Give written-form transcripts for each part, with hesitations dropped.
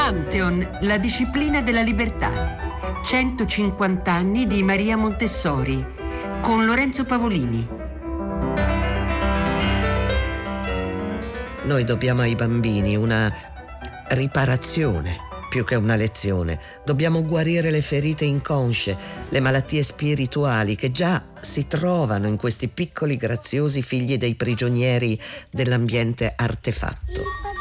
Pantheon, la disciplina della libertà. 150 anni di Maria Montessori, con Lorenzo Pavolini. Noi dobbiamo ai bambini una riparazione più che una lezione. Dobbiamo guarire le ferite inconsce, le malattie spirituali che già si trovano in questi piccoli graziosi figli dei prigionieri dell'ambiente artefatto.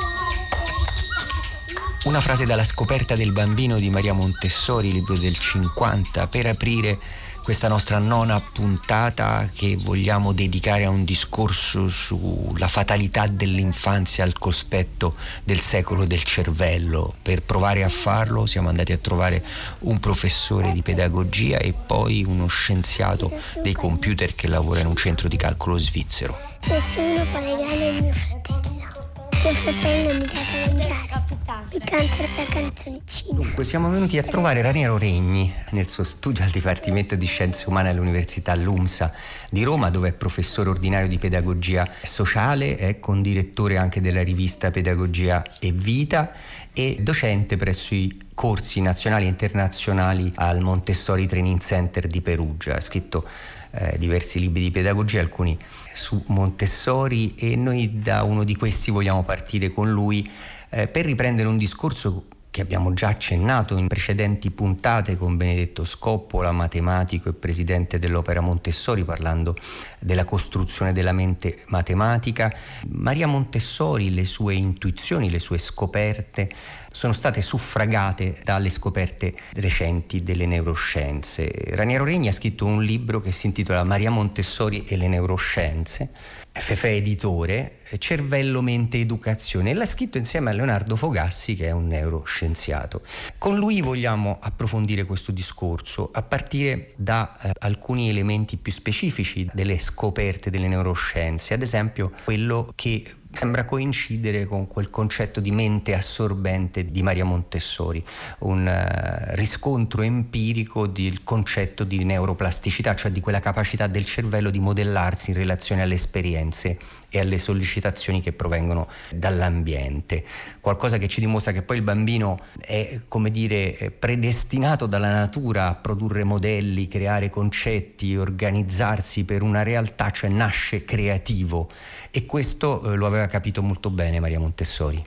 Una frase dalla Scoperta del bambino di Maria Montessori, libro del 50, per aprire questa nostra nona puntata che vogliamo dedicare a un discorso sulla fatalità dell'infanzia al cospetto del secolo del cervello. Per provare a farlo siamo andati a trovare un professore di pedagogia e poi uno scienziato dei computer che lavora in un centro di calcolo svizzero. Nessuno fa regali a mio fratello. Mio fratello mi dà da mangiare, mi canta la canzoncina. Dunque siamo venuti a trovare Raniero Regni nel suo studio al Dipartimento di Scienze Umane all'Università LUMSA di Roma, dove è professore ordinario di pedagogia sociale, è condirettore anche della rivista Pedagogia e Vita e docente presso i corsi nazionali e internazionali al Montessori Training Center di Perugia. Ha scritto diversi libri di pedagogia, alcuni su Montessori, e noi da uno di questi vogliamo partire con lui per riprendere un discorso che abbiamo già accennato in precedenti puntate con Benedetto Scoppola, matematico e presidente dell'Opera Montessori, parlando della costruzione della mente matematica. Maria Montessori, le sue intuizioni, le sue scoperte sono state suffragate dalle scoperte recenti delle neuroscienze. Raniero Regni ha scritto un libro che si intitola Maria Montessori e le neuroscienze, Fefè editore, Cervello, mente, educazione, e l'ha scritto insieme a Leonardo Fogassi, che è un neuroscienziato. Con lui vogliamo approfondire questo discorso a partire da alcuni elementi più specifici delle scoperte delle neuroscienze, ad esempio quello che sembra coincidere con quel concetto di mente assorbente di Maria Montessori, un riscontro empirico del concetto di neuroplasticità, cioè di quella capacità del cervello di modellarsi in relazione alle esperienze e alle sollecitazioni che provengono dall'ambiente. Qualcosa che ci dimostra che poi il bambino è, come dire, predestinato dalla natura a produrre modelli, creare concetti, organizzarsi per una realtà, cioè nasce creativo, e questo lo aveva capito molto bene Maria Montessori.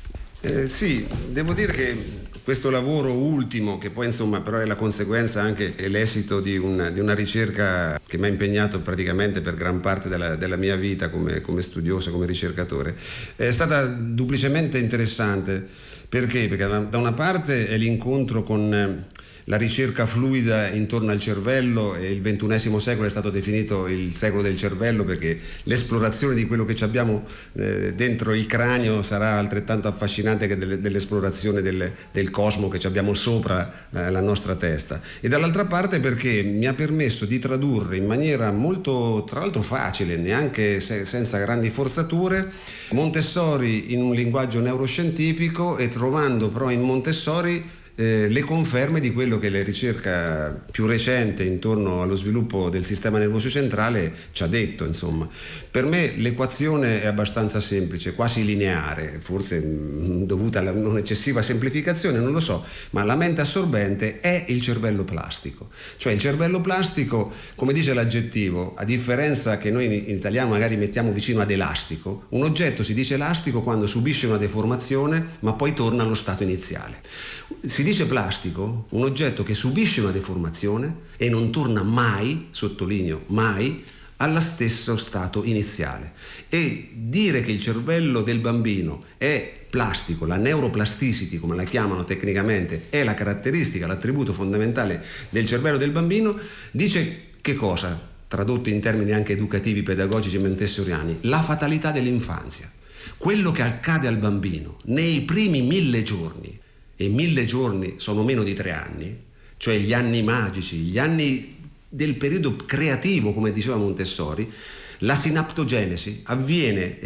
Sì, devo dire che questo lavoro ultimo, che poi insomma però è la conseguenza anche e l'esito di una ricerca che mi ha impegnato praticamente per gran parte della mia vita come studioso, come ricercatore, è stata duplicemente interessante. Perché? Perché da una parte è l'incontro con la ricerca fluida intorno al cervello, e il XXI secolo è stato definito il secolo del cervello perché l'esplorazione di quello che ci abbiamo dentro il cranio sarà altrettanto affascinante che dell'esplorazione del cosmo che ci abbiamo sopra la nostra testa. E dall'altra parte perché mi ha permesso di tradurre in maniera molto, tra l'altro facile, neanche senza grandi forzature, Montessori in un linguaggio neuroscientifico, e trovando però in Montessori le conferme di quello che la ricerca più recente intorno allo sviluppo del sistema nervoso centrale ci ha detto. Insomma, per me l'equazione è abbastanza semplice, quasi lineare, forse dovuta alla non eccessiva semplificazione, non lo so, ma la mente assorbente è il cervello plastico. Cioè il cervello plastico, come dice l'aggettivo, a differenza che noi in italiano magari mettiamo vicino ad elastico, un oggetto si dice elastico quando subisce una deformazione ma poi torna allo stato iniziale. Si dice plastico un oggetto che subisce una deformazione e non torna mai, sottolineo mai, allo stesso stato iniziale. E dire che il cervello del bambino è plastico, la neuroplasticity come la chiamano tecnicamente, è la caratteristica, l'attributo fondamentale del cervello del bambino, dice che cosa? Tradotto in termini anche educativi, pedagogici, montessoriani, la fatalità dell'infanzia. Quello che accade al bambino nei primi 1000 giorni, e 1000 giorni sono meno di 3 anni, cioè gli anni magici, gli anni del periodo creativo, come diceva Montessori, la sinaptogenesi avviene,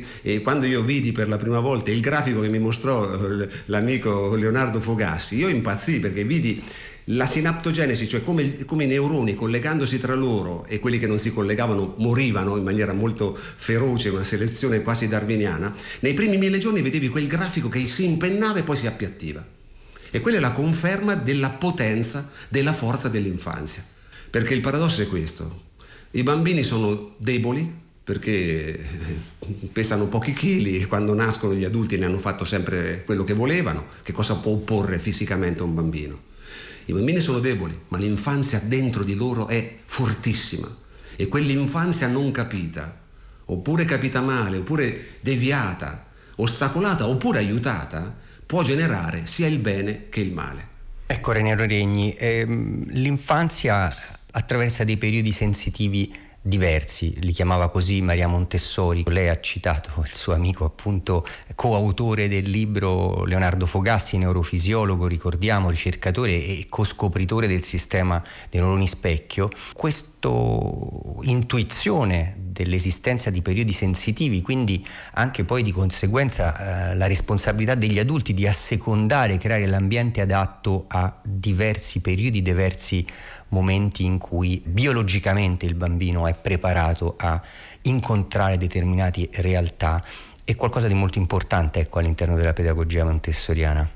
e quando io vidi per la prima volta il grafico che mi mostrò l'amico Leonardo Fogassi, io impazzii perché vidi La sinaptogenesi, cioè come i neuroni collegandosi tra loro e quelli che non si collegavano morivano in maniera molto feroce, una selezione quasi darwiniana, nei primi 1000 giorni vedevi quel grafico che si impennava e poi si appiattiva. E quella è la conferma della potenza, della forza dell'infanzia. Perché il paradosso è questo: i bambini sono deboli perché pesano pochi chili e quando nascono gli adulti ne hanno fatto sempre quello che volevano. Che cosa può opporre fisicamente a un bambino? I bambini sono deboli, ma l'infanzia dentro di loro è fortissima, e quell'infanzia non capita, oppure capita male, oppure deviata, ostacolata, oppure aiutata, può generare sia il bene che il male. Ecco, Raniero Regni, l'infanzia attraversa dei periodi sensitivi diversi, li chiamava così Maria Montessori. Lei ha citato il suo amico, appunto coautore del libro, Leonardo Fogassi, neurofisiologo, ricordiamo, ricercatore e coscopritore del sistema dei neuroni specchio. Questa intuizione dell'esistenza di periodi sensitivi, quindi anche poi di conseguenza la responsabilità degli adulti di assecondare, creare l'ambiente adatto a diversi periodi, diversi momenti in cui biologicamente il bambino è preparato a incontrare determinate realtà, è qualcosa di molto importante, ecco, all'interno della pedagogia montessoriana.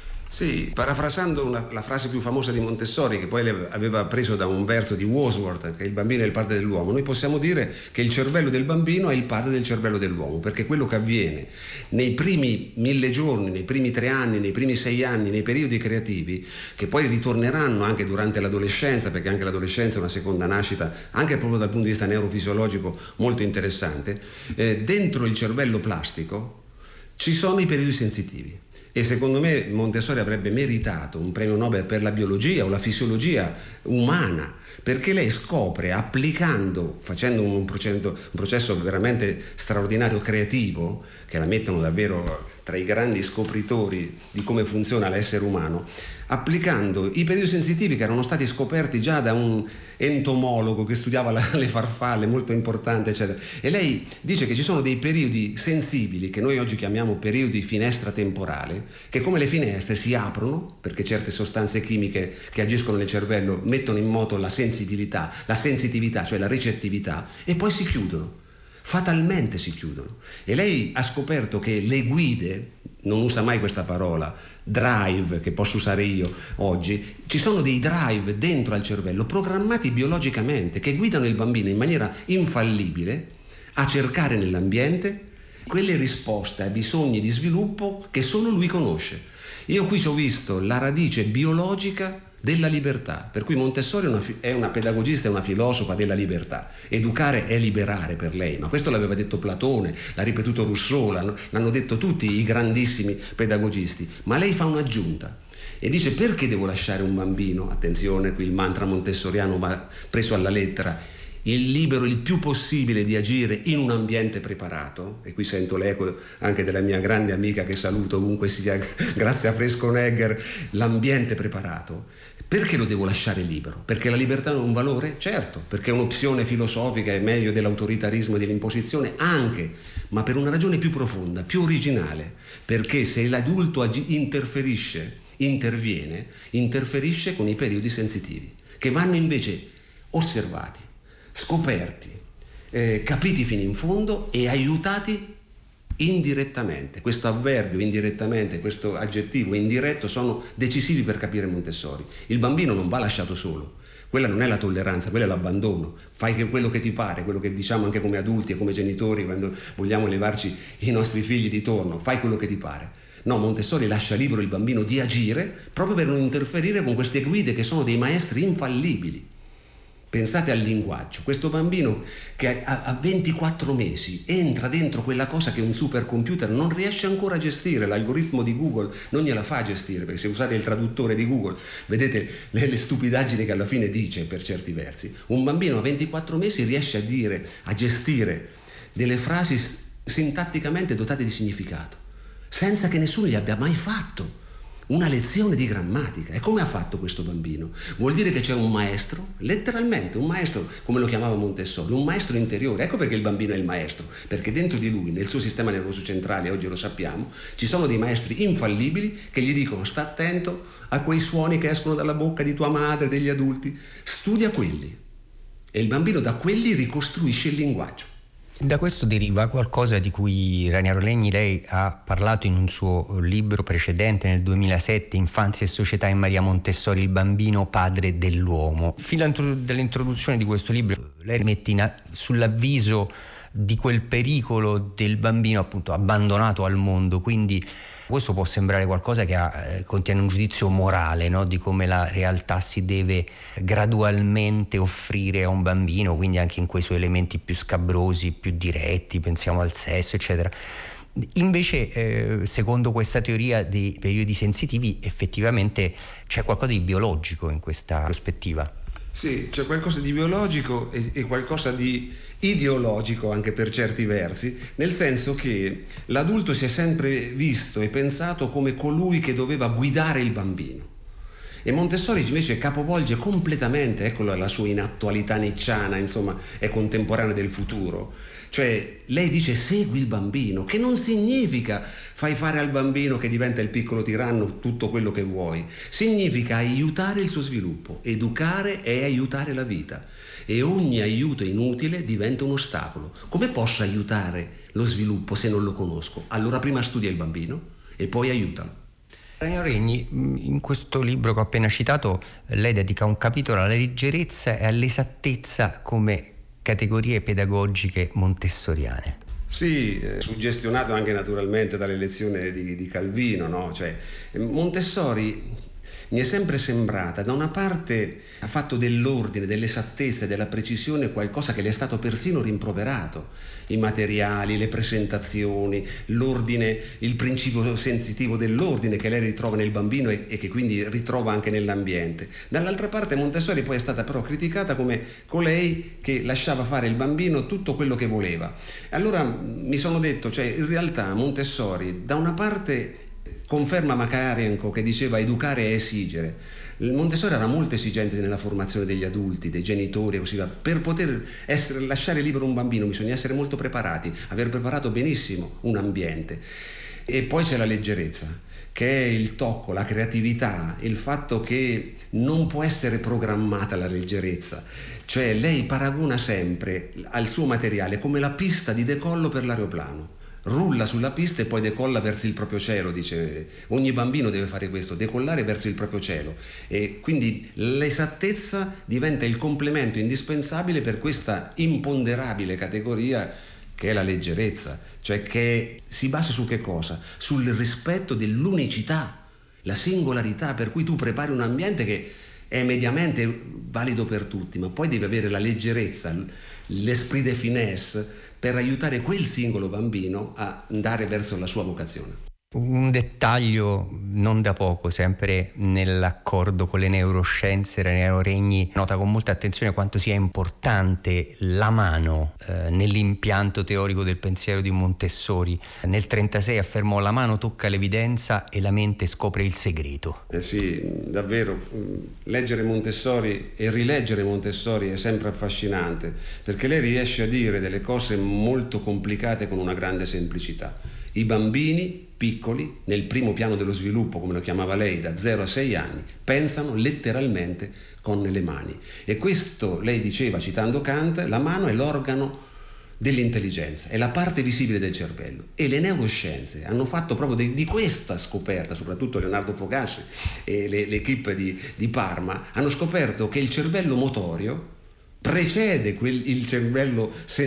Sì, parafrasando la frase più famosa di Montessori, che poi aveva preso da un verso di Wordsworth, che il bambino è il padre dell'uomo, noi possiamo dire che il cervello del bambino è il padre del cervello dell'uomo, perché quello che avviene nei primi 1000 giorni, nei primi 3 anni, nei primi 6 anni, nei periodi creativi, che poi ritorneranno anche durante l'adolescenza, perché anche l'adolescenza è una seconda nascita, anche proprio dal punto di vista neurofisiologico molto interessante, dentro il cervello plastico ci sono i periodi sensitivi. E secondo me Montessori avrebbe meritato un premio Nobel per la biologia o la fisiologia umana, perché lei scopre, applicando, facendo un processo veramente straordinario, creativo, che la mettono davvero tra i grandi scopritori di come funziona l'essere umano, applicando i periodi sensitivi che erano stati scoperti già da un entomologo che studiava le farfalle, molto importante, eccetera. E lei dice che ci sono dei periodi sensibili che noi oggi chiamiamo periodi finestra temporale, che come le finestre si aprono perché certe sostanze chimiche che agiscono nel cervello mettono in moto la sensibilità, la sensitività, cioè la ricettività, e poi si chiudono. Fatalmente si chiudono. E lei ha scoperto che le guide, non usa mai questa parola, drive, che posso usare io oggi, ci sono dei drive dentro al cervello programmati biologicamente che guidano il bambino in maniera infallibile a cercare nell'ambiente quelle risposte ai bisogni di sviluppo che solo lui conosce. Io qui ci ho visto la radice biologica della libertà, per cui Montessori è una pedagogista, è una filosofa della libertà. Educare è liberare per lei, ma questo l'aveva detto Platone, l'ha ripetuto Rousseau, l'hanno detto tutti i grandissimi pedagogisti, ma lei fa un'aggiunta e dice: perché devo lasciare un bambino, attenzione qui il mantra montessoriano va preso alla lettera, il libero il più possibile di agire in un ambiente preparato, e qui sento l'eco anche della mia grande amica che saluto ovunque sia, grazie a Fresconegger, l'ambiente preparato. Perché lo devo lasciare libero? Perché la libertà è un valore? Certo, perché è un'opzione filosofica, è meglio dell'autoritarismo e dell'imposizione, anche, ma per una ragione più profonda, più originale, perché se l'adulto interferisce con i periodi sensitivi, che vanno invece osservati, scoperti, capiti fino in fondo e aiutati indirettamente. Questo avverbio indirettamente, questo aggettivo indiretto sono decisivi per capire Montessori. Il bambino non va lasciato solo, quella non è la tolleranza, quello è l'abbandono. Fai quello che ti pare, quello che diciamo anche come adulti e come genitori quando vogliamo levarci i nostri figli di torno, fai quello che ti pare. No, Montessori lascia libero il bambino di agire proprio per non interferire con queste guide che sono dei maestri infallibili. Pensate al linguaggio, questo bambino che a 24 mesi entra dentro quella cosa che un supercomputer non riesce ancora a gestire, l'algoritmo di Google non gliela fa gestire, perché se usate il traduttore di Google vedete le stupidaggini che alla fine dice per certi versi. Un bambino a 24 mesi riesce a gestire delle frasi sintatticamente dotate di significato, senza che nessuno gli abbia mai fatto una lezione di grammatica. E come ha fatto questo bambino? Vuol dire che c'è un maestro, letteralmente un maestro, come lo chiamava Montessori, un maestro interiore. Ecco perché il bambino è il maestro, perché dentro di lui, nel suo sistema nervoso centrale, oggi lo sappiamo, ci sono dei maestri infallibili che gli dicono: sta attento a quei suoni che escono dalla bocca di tua madre, degli adulti, studia quelli. E il bambino da quelli ricostruisce il linguaggio. Da questo deriva qualcosa di cui Raniero Regni lei ha parlato in un suo libro precedente nel 2007, Infanzia e società in Maria Montessori, il bambino padre dell'uomo. Fino all'introduzione di questo libro lei mette sull'avviso di quel pericolo del bambino appunto abbandonato al mondo, quindi questo può sembrare qualcosa che contiene un giudizio morale, no? Di come la realtà si deve gradualmente offrire a un bambino, quindi anche in quei suoi elementi più scabrosi, più diretti, pensiamo al sesso, eccetera. Invece, secondo questa teoria dei periodi sensitivi, effettivamente c'è qualcosa di biologico in questa prospettiva. Sì, c'è qualcosa di biologico e qualcosa di ideologico anche per certi versi, nel senso che l'adulto si è sempre visto e pensato come colui che doveva guidare il bambino. E Montessori invece capovolge completamente, ecco la sua inattualità nicciana, insomma, è contemporanea del futuro. Cioè, lei dice segui il bambino, che non significa fai fare al bambino che diventa il piccolo tiranno tutto quello che vuoi. Significa aiutare il suo sviluppo. Educare è aiutare la vita. E ogni aiuto inutile diventa un ostacolo. Come posso aiutare lo sviluppo se non lo conosco? Allora prima studia il bambino e poi aiutalo. Raniero Regni, in questo libro che ho appena citato, lei dedica un capitolo alla leggerezza e all'esattezza come categorie pedagogiche montessoriane. Sì, suggestionato anche naturalmente dalle lezioni di Calvino, no? Cioè, Montessori mi è sempre sembrata, da una parte ha fatto dell'ordine, dell'esattezza e della precisione qualcosa che le è stato persino rimproverato. I materiali, le presentazioni, l'ordine, il principio sensitivo dell'ordine che lei ritrova nel bambino e che quindi ritrova anche nell'ambiente. Dall'altra parte Montessori poi è stata però criticata come colei che lasciava fare il bambino tutto quello che voleva. Allora mi sono detto, cioè in realtà Montessori da una parte conferma Makarenko che diceva educare è esigere. Montessori era molto esigente nella formazione degli adulti, dei genitori e così via. Per poter lasciare libero un bambino bisogna essere molto preparati, aver preparato benissimo un ambiente. E poi c'è la leggerezza, che è il tocco, la creatività, il fatto che non può essere programmata la leggerezza. Cioè lei paragona sempre al suo materiale come la pista di decollo per l'aeroplano. Rulla sulla pista e poi decolla verso il proprio cielo, dice. Ogni bambino deve fare questo, decollare verso il proprio cielo. E quindi l'esattezza diventa il complemento indispensabile per questa imponderabile categoria che è la leggerezza, cioè che si basa su che cosa? Sul rispetto dell'unicità, la singolarità, per cui tu prepari un ambiente che è mediamente valido per tutti, ma poi devi avere la leggerezza, l'esprit de finesse per aiutare quel singolo bambino a andare verso la sua vocazione. Un dettaglio non da poco, sempre nell'accordo con le neuroscienze, Raniero Regni nota con molta attenzione quanto sia importante la mano nell'impianto teorico del pensiero di Montessori. Nel 1936 affermò: la mano tocca l'evidenza e la mente scopre il segreto. Sì, davvero, leggere Montessori e rileggere Montessori è sempre affascinante, perché lei riesce a dire delle cose molto complicate con una grande semplicità. I bambini piccoli, nel primo piano dello sviluppo, come lo chiamava lei, da 0 a 6 anni, pensano letteralmente con le mani. E questo, lei diceva, citando Kant, la mano è l'organo dell'intelligenza, è la parte visibile del cervello. E le neuroscienze hanno fatto proprio di questa scoperta, soprattutto Leonardo Fogasci e l'equipe di Parma, hanno scoperto che il cervello motorio precede il cervello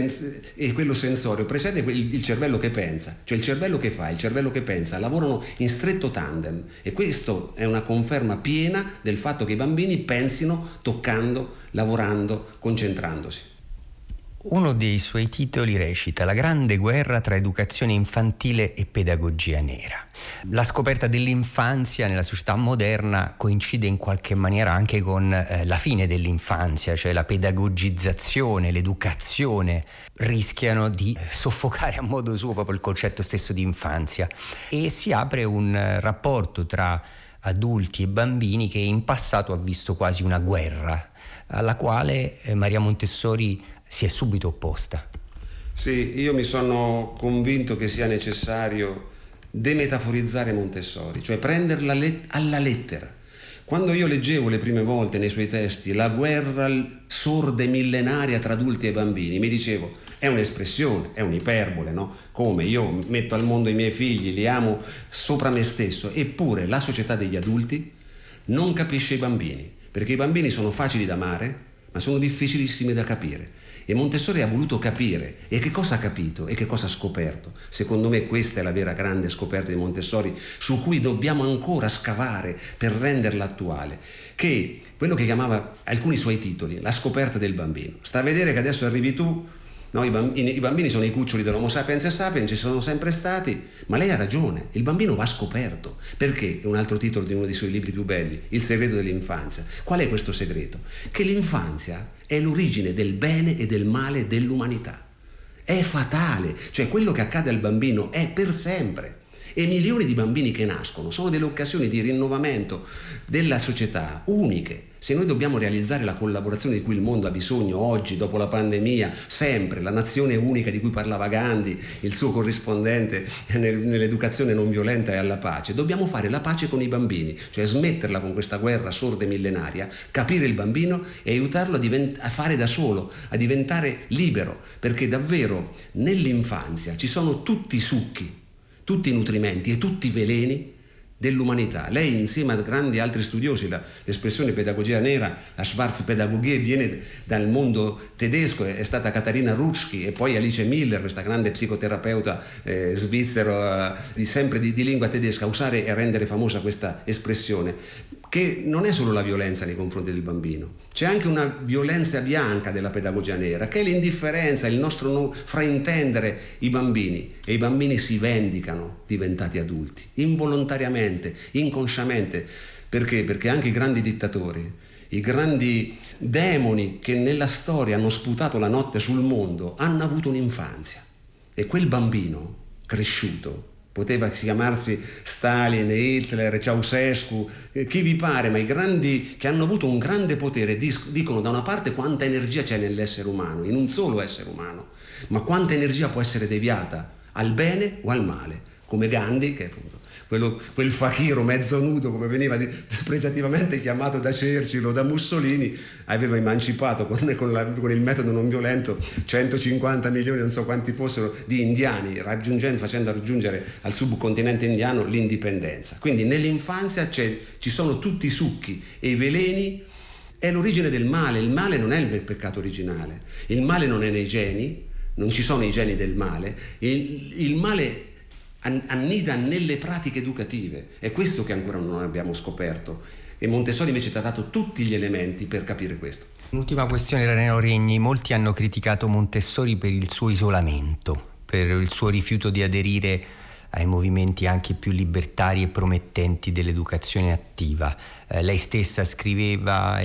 e quello sensorio precede il cervello che pensa, cioè il cervello che fa, il cervello che pensa, lavorano in stretto tandem, e questo è una conferma piena del fatto che i bambini pensino toccando, lavorando, concentrandosi. Uno dei suoi titoli recita: La grande guerra tra educazione infantile e pedagogia nera. La scoperta dell'infanzia nella società moderna coincide in qualche maniera anche con la fine dell'infanzia, cioè la pedagogizzazione, l'educazione rischiano di soffocare a modo suo proprio il concetto stesso di infanzia, e si apre un rapporto tra adulti e bambini che in passato ha visto quasi una guerra, alla quale Maria Montessori si è subito opposta. Sì, io mi sono convinto che sia necessario demetaforizzare Montessori, cioè prenderla alla lettera. Quando io leggevo le prime volte nei suoi testi la guerra sorda e millenaria tra adulti e bambini, mi dicevo, è un'espressione, è un'iperbole, no? Come io metto al mondo i miei figli, li amo sopra me stesso, eppure la società degli adulti non capisce i bambini, perché i bambini sono facili da amare, ma sono difficilissimi da capire. E Montessori ha voluto capire. E che cosa ha capito? E che cosa ha scoperto? Secondo me questa è la vera grande scoperta di Montessori, su cui dobbiamo ancora scavare per renderla attuale, che quello che chiamava alcuni suoi titoli, la scoperta del bambino. Sta a vedere che adesso arrivi tu, no? I bambini sono i cuccioli dell'Homo sapiens sapiens, ci sono sempre stati, ma lei ha ragione, il bambino va scoperto. Perché? È un altro titolo di uno dei suoi libri più belli, Il segreto dell'infanzia. Qual è questo segreto? Che l'infanzia è l'origine del bene e del male dell'umanità. È fatale, cioè quello che accade al bambino è per sempre. E milioni di bambini che nascono sono delle occasioni di rinnovamento della società uniche. Se noi dobbiamo realizzare la collaborazione di cui il mondo ha bisogno oggi, dopo la pandemia, sempre, la nazione unica di cui parlava Gandhi, il suo corrispondente nell'educazione non violenta e alla pace, dobbiamo fare la pace con i bambini, cioè smetterla con questa guerra sorda e millenaria, capire il bambino e aiutarlo a fare da solo, a diventare libero, perché davvero nell'infanzia ci sono tutti i succhi, tutti i nutrimenti e tutti i veleni dell'umanità. Lei, insieme a grandi altri studiosi, l'espressione pedagogia nera, la Schwarzpädagogie, viene dal mondo tedesco, è stata Katharina Rutschki e poi Alice Miller, questa grande psicoterapeuta svizzero sempre di lingua tedesca, a usare e rendere famosa questa espressione, che non è solo la violenza nei confronti del bambino, c'è anche una violenza bianca della pedagogia nera, che è l'indifferenza, il nostro non fraintendere i bambini, e i bambini si vendicano diventati adulti, involontariamente, inconsciamente. Perché? Perché anche i grandi dittatori, i grandi demoni che nella storia hanno sputato la notte sul mondo, hanno avuto un'infanzia, e quel bambino cresciuto poteva chiamarsi Stalin, Hitler, Ceausescu, chi vi pare, ma i grandi che hanno avuto un grande potere dicono da una parte quanta energia c'è nell'essere umano, in un solo essere umano, ma quanta energia può essere deviata al bene o al male, come Gandhi, che è appunto quel fakiro mezzo nudo, come veniva dispregiativamente chiamato da Churchill o da Mussolini, aveva emancipato con il metodo non violento 150 milioni, non so quanti fossero, di indiani, facendo raggiungere al subcontinente indiano l'indipendenza. Quindi nell'infanzia ci sono tutti i succhi e i veleni. È l'origine del male. Il male non è il peccato originale, il male non è nei geni, non ci sono i geni del male, il male annida nelle pratiche educative. È questo che ancora non abbiamo scoperto, e Montessori invece ci ha dato tutti gli elementi per capire questo. Un'ultima questione, Rainero Regni. Molti hanno criticato Montessori per il suo isolamento, per il suo rifiuto di aderire ai movimenti anche più libertari e promettenti dell'educazione attiva. Lei stessa scriveva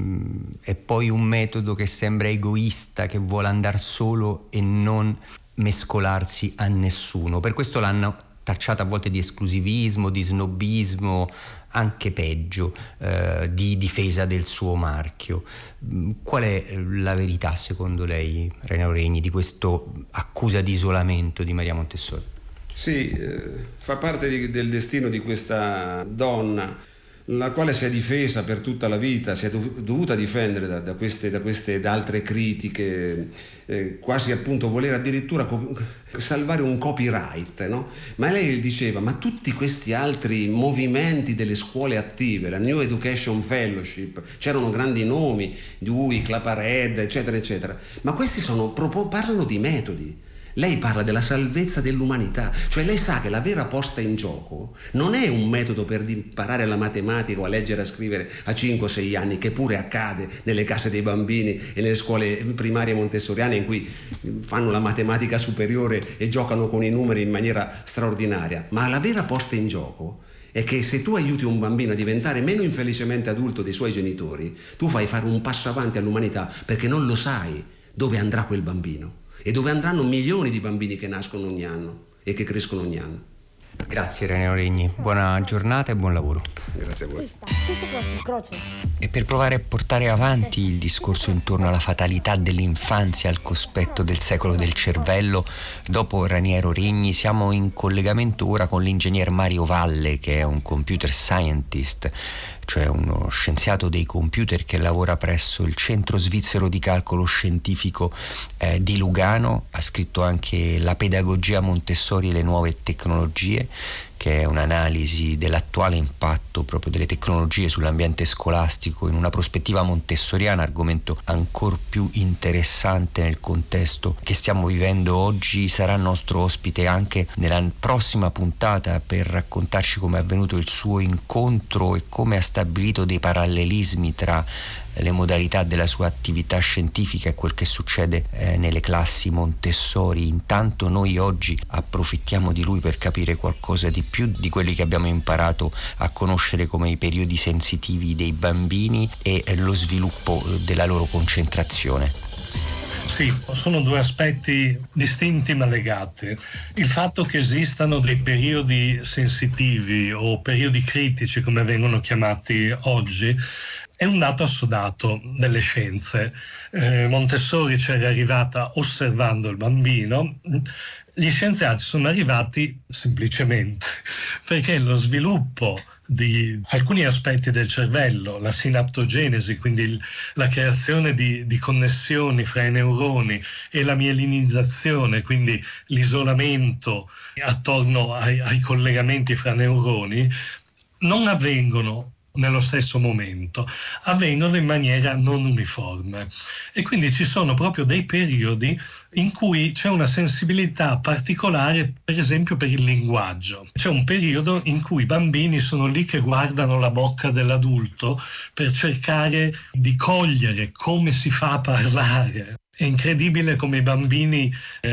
è poi un metodo che sembra egoista, che vuole andare solo e non mescolarsi a nessuno. Per questo l'hanno tacciata a volte di esclusivismo, di snobismo, anche peggio, di difesa del suo marchio. Qual è la verità secondo lei, Rainero Regni, di questo accusa di isolamento di Maria Montessori? Sì, fa parte del destino di questa donna, la quale si è difesa per tutta la vita, si è dovuta difendere da queste da altre critiche, quasi appunto voler addirittura salvare un copyright, no? Ma lei diceva, ma tutti questi altri movimenti delle scuole attive, la New Education Fellowship, c'erano grandi nomi, Dewey, Claparède, eccetera, eccetera, ma questi parlano di metodi. Lei parla della salvezza dell'umanità, cioè lei sa che la vera posta in gioco non è un metodo per imparare la matematica o a leggere e a scrivere a 5 o 6 anni, che pure accade nelle case dei bambini e nelle scuole primarie montessoriane, in cui fanno la matematica superiore e giocano con i numeri in maniera straordinaria. Ma la vera posta in gioco è che se tu aiuti un bambino a diventare meno infelicemente adulto dei suoi genitori, tu fai fare un passo avanti all'umanità, perché non lo sai dove andrà quel bambino e dove andranno milioni di bambini che nascono ogni anno e che crescono ogni anno. Grazie Raniero Regni, buona giornata e buon lavoro. Grazie a voi. Croce. E per provare a portare avanti il discorso intorno alla fatalità dell'infanzia al cospetto del secolo del cervello, dopo Raniero Regni siamo in collegamento ora con l'ingegner Mario Valle, che è un computer scientist, cioè uno scienziato dei computer che lavora presso il Centro Svizzero di Calcolo Scientifico di Lugano. Ha scritto anche La pedagogia Montessori e le nuove tecnologie, che è un'analisi dell'attuale impatto proprio delle tecnologie sull'ambiente scolastico in una prospettiva montessoriana, argomento ancor più interessante nel contesto che stiamo vivendo oggi. Sarà nostro ospite anche nella prossima puntata per raccontarci come è avvenuto il suo incontro e come ha stabilito dei parallelismi tra le modalità della sua attività scientifica e quel che succede nelle classi Montessori. Intanto noi oggi approfittiamo di lui per capire qualcosa di più di quelli che abbiamo imparato a conoscere come i periodi sensitivi dei bambini e lo sviluppo della loro concentrazione. Sì, sono due aspetti distinti ma legati. Il fatto che esistano dei periodi sensitivi o periodi critici, come vengono chiamati oggi, è un dato assodato delle scienze. Montessori c'era arrivata osservando il bambino. Gli scienziati sono arrivati semplicemente perché lo sviluppo di alcuni aspetti del cervello, la sinaptogenesi, quindi la creazione di connessioni fra i neuroni, e la mielinizzazione, quindi l'isolamento attorno ai collegamenti fra neuroni, non avvengono nello stesso momento, avvengono in maniera non uniforme, e quindi ci sono proprio dei periodi in cui c'è una sensibilità particolare, per esempio per il linguaggio. C'è un periodo in cui i bambini sono lì che guardano la bocca dell'adulto per cercare di cogliere come si fa a parlare. È incredibile come i bambini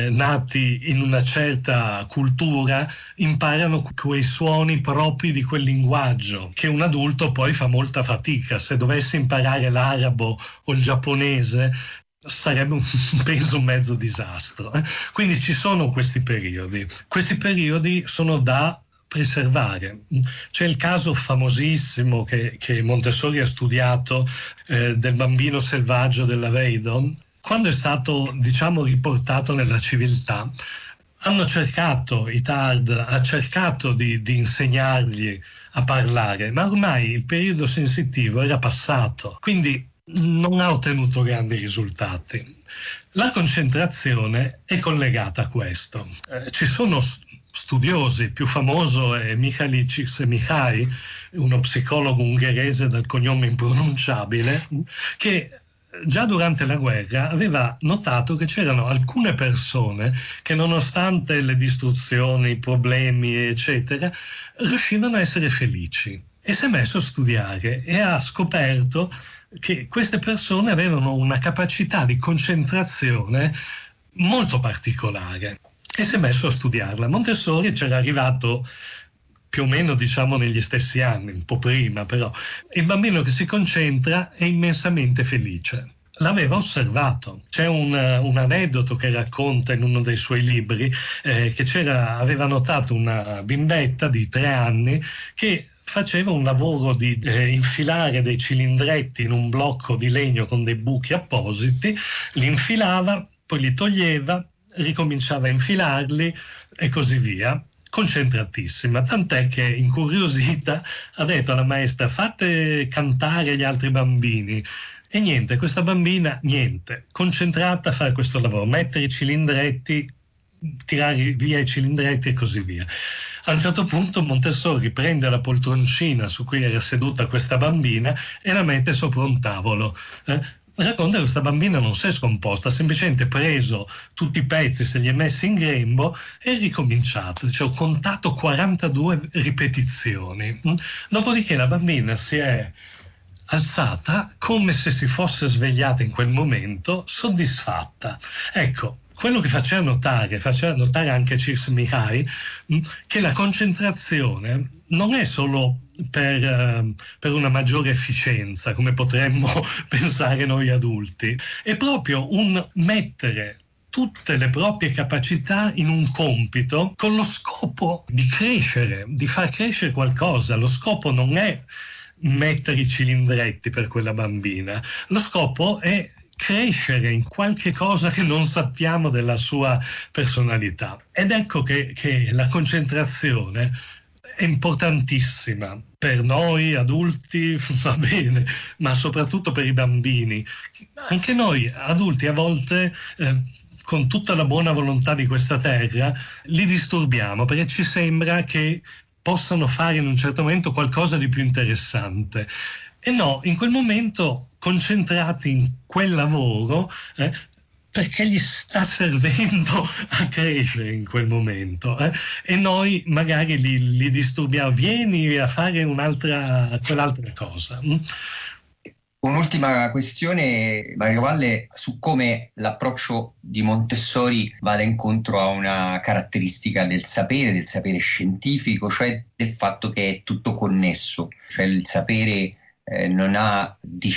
nati in una certa cultura imparano quei suoni propri di quel linguaggio, che un adulto poi fa molta fatica. Se dovesse imparare l'arabo o il giapponese sarebbe penso un mezzo disastro. Quindi ci sono questi periodi. Questi periodi sono da preservare. C'è il caso famosissimo che Montessori ha studiato del bambino selvaggio della Weidon. Quando è stato, riportato nella civiltà, hanno cercato, Itard ha cercato di insegnargli a parlare, ma ormai il periodo sensitivo era passato, quindi non ha ottenuto grandi risultati. La concentrazione è collegata a questo. Ci sono studiosi, il più famoso è Mihaly Csikszentmihalyi, uno psicologo ungherese dal cognome impronunciabile, che già durante la guerra aveva notato che c'erano alcune persone che, nonostante le distruzioni, i problemi, eccetera, riuscivano a essere felici. E si è messo a studiare e ha scoperto che queste persone avevano una capacità di concentrazione molto particolare, e si è messo a studiarla. Montessori c'era arrivato più o meno negli stessi anni, un po' prima però. Il bambino che si concentra è immensamente felice. L'aveva osservato. C'è un aneddoto che racconta in uno dei suoi libri che aveva notato una bimbetta di 3 anni che faceva un lavoro di infilare dei cilindretti in un blocco di legno con dei buchi appositi, li infilava, poi li toglieva, ricominciava a infilarli e così via. Concentratissima, tant'è che, incuriosita, ha detto alla maestra: fate cantare gli altri bambini. E niente, questa bambina, concentrata a fare questo lavoro, mettere i cilindretti, tirare via i cilindretti e così via. A un certo punto Montessori prende la poltroncina su cui era seduta questa bambina e la mette sopra un tavolo. Racconta che questa bambina non si è scomposta, ha semplicemente preso tutti i pezzi, se li è messi in grembo e ricominciato. Ho contato 42 ripetizioni. Dopodiché la bambina si è alzata come se si fosse svegliata in quel momento, soddisfatta. Ecco, quello che faceva notare anche Csikszentmihalyi, che la concentrazione non è solo per una maggiore efficienza, come potremmo pensare noi adulti, è proprio un mettere tutte le proprie capacità in un compito con lo scopo di crescere, di far crescere qualcosa. Lo scopo non è mettere i cilindretti per quella bambina, lo scopo è crescere in qualche cosa che non sappiamo della sua personalità. Ed ecco che la concentrazione è importantissima per noi adulti, va bene, ma soprattutto per i bambini. Anche noi adulti a volte, con tutta la buona volontà di questa terra, li disturbiamo perché ci sembra che possano fare in un certo momento qualcosa di più interessante. E no, in quel momento concentrati in quel lavoro, perché gli sta servendo a crescere in quel momento, e noi magari li disturbiamo, vieni a fare quell'altra cosa. Un'ultima questione, Mario Valle, su come l'approccio di Montessori vada incontro a una caratteristica del sapere scientifico, cioè del fatto che è tutto connesso, cioè il sapere non ha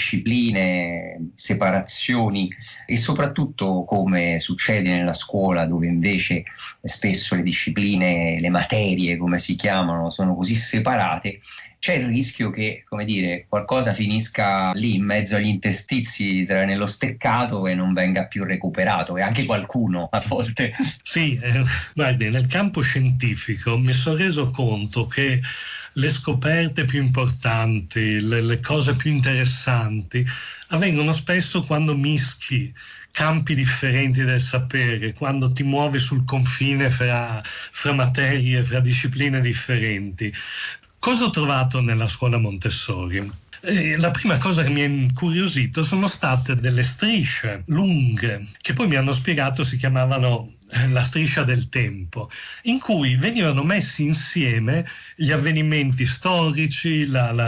discipline, separazioni, e soprattutto, come succede nella scuola, dove invece spesso le discipline, le materie come si chiamano, sono così separate, c'è il rischio che, come dire, qualcosa finisca lì in mezzo agli interstizi nello steccato e non venga più recuperato, e anche qualcuno a volte. Sì, guardi, nel campo scientifico mi sono reso conto che le scoperte più importanti, le cose più interessanti avvengono spesso quando mischi campi differenti del sapere, quando ti muovi sul confine fra materie, fra discipline differenti. Cosa ho trovato nella scuola Montessori? La prima cosa che mi ha incuriosito sono state delle strisce lunghe, che poi mi hanno spiegato si chiamavano la striscia del tempo, in cui venivano messi insieme gli avvenimenti storici, la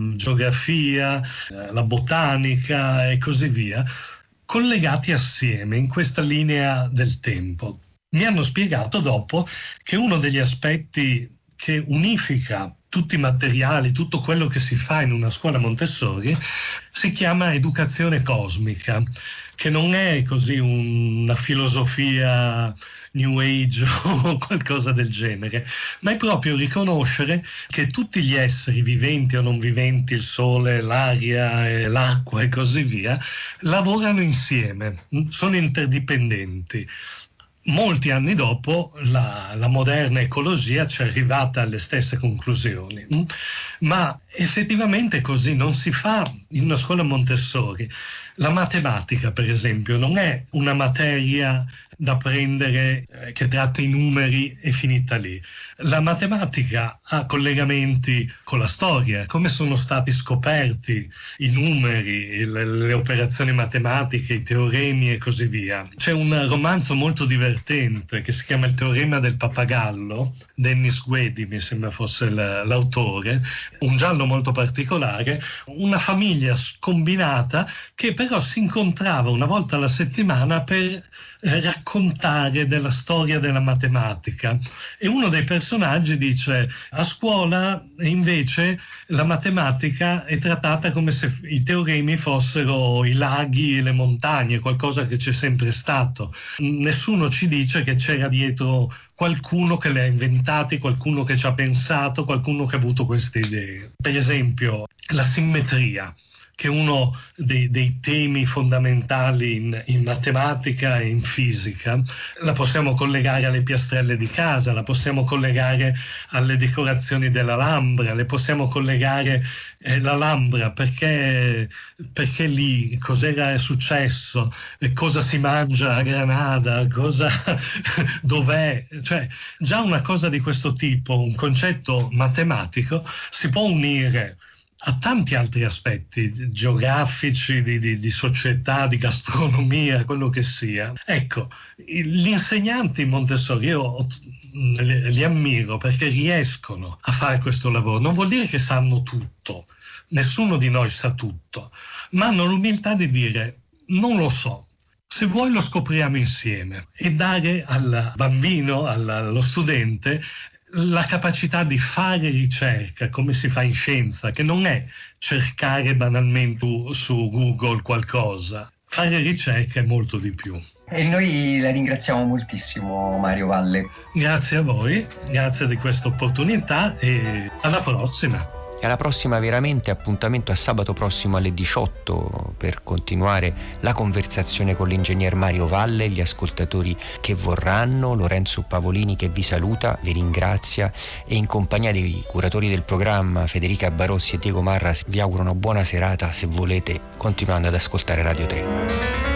geografia, la botanica e così via, collegati assieme in questa linea del tempo. Mi hanno spiegato dopo che uno degli aspetti che unifica tutti i materiali, tutto quello che si fa in una scuola Montessori, si chiama educazione cosmica, che non è così una filosofia New Age o qualcosa del genere, ma è proprio riconoscere che tutti gli esseri viventi o non viventi, il sole, l'aria, l'acqua e così via, lavorano insieme, sono interdipendenti. Molti anni dopo la moderna ecologia ci è arrivata alle stesse conclusioni, ma effettivamente così non si fa in una scuola Montessori. La matematica, per esempio, non è una materia da prendere che tratta i numeri e finita lì. La matematica ha collegamenti con la storia, come sono stati scoperti i numeri, le operazioni matematiche, i teoremi e così via. C'è un romanzo molto divertente che si chiama Il teorema del pappagallo, Dennis Guedi mi sembra fosse l'autore, un giallo molto particolare, una famiglia scombinata che però si incontrava una volta alla settimana per raccontare della storia della matematica, e uno dei personaggi dice: a scuola invece la matematica è trattata come se i teoremi fossero i laghi e le montagne, qualcosa che c'è sempre stato. Nessuno ci dice che c'era dietro qualcuno che le ha inventati, qualcuno che ci ha pensato, qualcuno che ha avuto queste idee. Per esempio la simmetria, che è uno dei temi fondamentali in matematica e in fisica. La possiamo collegare alle piastrelle di casa, la possiamo collegare alle decorazioni dell'Alhambra, le possiamo collegare l'Alhambra perché lì cos'era successo, cosa si mangia a Granada, dov'è, cioè già una cosa di questo tipo, un concetto matematico si può unire a tanti altri aspetti geografici, di società, di gastronomia, quello che sia. Ecco, gli insegnanti Montessori io li ammiro perché riescono a fare questo lavoro. Non vuol dire che sanno tutto, nessuno di noi sa tutto, ma hanno l'umiltà di dire: non lo so, se vuoi lo scopriamo insieme, e dare al bambino, allo studente, la capacità di fare ricerca come si fa in scienza, che non è cercare banalmente su Google qualcosa. Fare ricerca è molto di più. E noi la ringraziamo moltissimo, Mario Valle. Grazie a voi, grazie di questa opportunità e alla prossima. E alla prossima veramente, appuntamento a sabato prossimo alle 18 per continuare la conversazione con l'ingegner Mario Valle, gli ascoltatori che vorranno, Lorenzo Pavolini che vi saluta, vi ringrazia e in compagnia dei curatori del programma Federica Barossi e Diego Marra vi auguro una buona serata, se volete, continuando ad ascoltare Radio 3.